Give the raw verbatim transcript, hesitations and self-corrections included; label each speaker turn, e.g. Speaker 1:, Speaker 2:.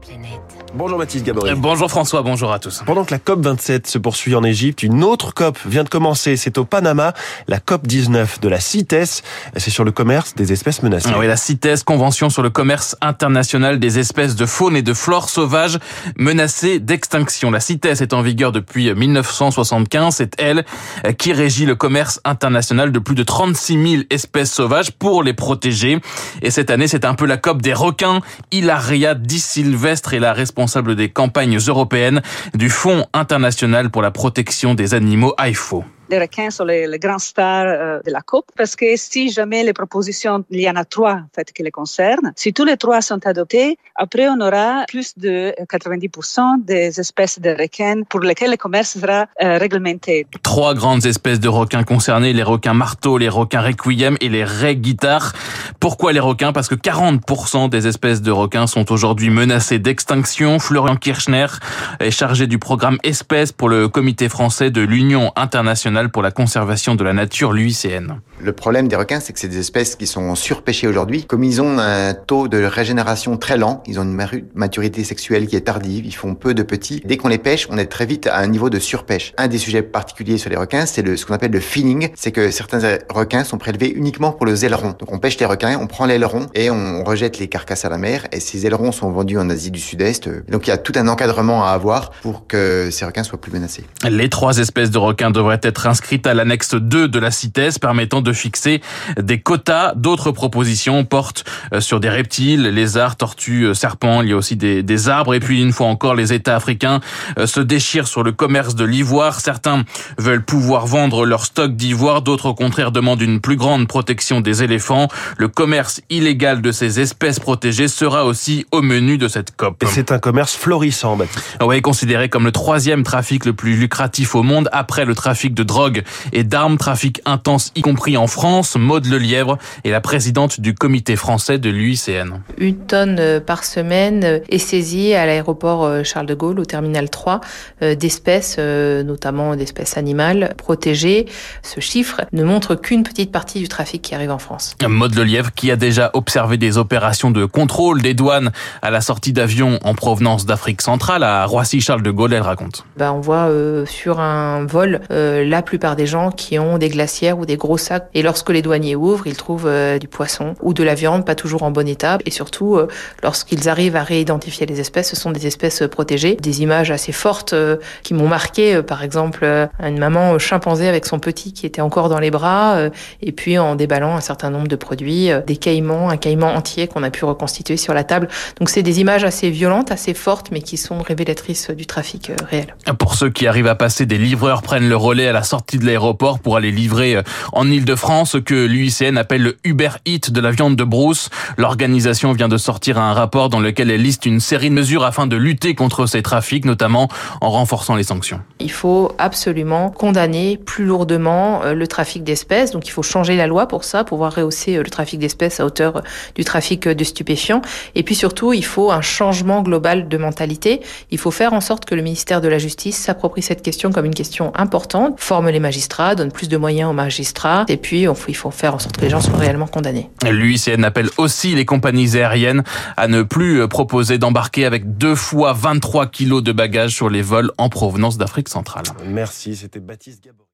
Speaker 1: planète.
Speaker 2: Bonjour Mathis Gabory.
Speaker 3: Euh, bonjour François, bonjour à tous.
Speaker 2: Pendant que la COP vingt-sept se poursuit en Égypte, une autre COP vient de commencer. C'est au Panama, la COP dix-neuf de la CITES. C'est sur le commerce des espèces menacées.
Speaker 3: Oui, la CITES, Convention sur le commerce international des espèces de faune et de flore sauvages menacées d'extinction. La CITES est en vigueur depuis mille neuf cent soixante-quinze. C'est elle qui régit le commerce international de plus de trente-six mille espèces sauvages pour les protéger. Et cette année, c'est un peu la COP des requins. Hilaria Di Silvestre est la responsable des campagnes européennes du Fonds international pour la protection des animaux A I F O.
Speaker 4: Les requins sont les, les grands stars euh, de la COP parce que si jamais les propositions, il y en a trois en fait qui les concernent, si tous les trois sont adoptés, après on aura plus de quatre-vingt-dix pour cent des espèces de requins pour lesquelles le commerce sera euh, réglementé.
Speaker 3: Trois grandes espèces de requins concernées, les requins marteaux, les requins requiem et les raies guitares. Pourquoi les requins ? Parce que quarante pour cent des espèces de requins sont aujourd'hui menacées d'extinction. Florian Kirchner est chargé du programme Espèces pour le comité français de l'Union internationale pour la conservation de la nature, l'U I C N.
Speaker 5: Le problème des requins, c'est que c'est des espèces qui sont surpêchées aujourd'hui. Comme ils ont un taux de régénération très lent, ils ont une maturité sexuelle qui est tardive, ils font peu de petits. Dès qu'on les pêche, on est très vite à un niveau de surpêche. Un des sujets particuliers sur les requins, c'est le, ce qu'on appelle le finning. C'est que certains requins sont prélevés uniquement pour les ailerons. Donc on pêche les requins, on prend l'aileron et on rejette les carcasses à la mer. Et ces ailerons sont vendus en Asie du Sud-Est. Donc il y a tout un encadrement à avoir pour que ces requins soient plus menacés.
Speaker 3: Les trois espèces de requins devraient être inscrites à l'annexe deux de la CITES, permettant de fixer des quotas. D'autres propositions portent sur des reptiles, lézards, tortues, serpents. Il y a aussi des, des arbres. Et puis, une fois encore, les États africains se déchirent sur le commerce de l'ivoire. Certains veulent pouvoir vendre leur stock d'ivoire. D'autres, au contraire, demandent une plus grande protection des éléphants. Le commerce illégal de ces espèces protégées sera aussi au menu de cette COP.
Speaker 2: Et c'est un commerce florissant, Baptiste.
Speaker 3: Oui, considéré comme le troisième trafic le plus lucratif au monde, après le trafic de drogue et d'armes, trafic intense, y compris en France. Maude Lelièvre est la présidente du comité français de l'U I C N.
Speaker 6: Une tonne par semaine est saisie à l'aéroport Charles de Gaulle, au terminal trois, d'espèces, notamment d'espèces animales protégées. Ce chiffre ne montre qu'une petite partie du trafic qui arrive en France.
Speaker 3: Maude Lelièvre, qui a déjà observé des opérations de contrôle des douanes à la sortie d'avions en provenance d'Afrique centrale, à Roissy-Charles de Gaulle, elle raconte.
Speaker 6: Ben, on voit euh, sur un vol euh, la plupart des gens qui ont des glacières ou des gros sacs. Et lorsque les douaniers ouvrent, ils trouvent euh, du poisson ou de la viande pas toujours en bon état. Et surtout, euh, lorsqu'ils arrivent à réidentifier les espèces, ce sont des espèces protégées. Des images assez fortes euh, qui m'ont marqué. Euh, par exemple, euh, une maman chimpanzé avec son petit qui était encore dans les bras. Euh, et puis en déballant un certain nombre de produits. Euh, des caïmans, un caïman entier qu'on a pu reconstituer sur la table. Donc c'est des images assez violentes, assez fortes, mais qui sont révélatrices du trafic euh, réel.
Speaker 3: Pour ceux qui arrivent à passer, des livreurs prennent le relais à la sortie de l'aéroport pour aller livrer en Île-de-France ce que l'U I C N appelle le Uber Eats de la viande de brousse. L'organisation vient de sortir un rapport dans lequel elle liste une série de mesures afin de lutter contre ces trafics, notamment en renforçant les sanctions.
Speaker 6: Il faut absolument condamner plus lourdement le trafic d'espèces. Donc il faut changer la loi pour ça, pouvoir rehausser le trafic d'espèces à hauteur du trafic de stupéfiants. Et puis surtout, il faut un changement global de mentalité. Il faut faire en sorte que le ministère de la Justice s'approprie cette question comme une question importante, forme les magistrats, donne plus de moyens aux magistrats, et puis il faut faire en sorte que les gens soient réellement condamnés.
Speaker 3: L'U I C N appelle aussi les compagnies aériennes à ne plus proposer d'embarquer avec deux fois vingt-trois kilos de bagages sur les vols en provenance d'Afrique centrale.
Speaker 2: Merci, c'était Baptiste Gabory.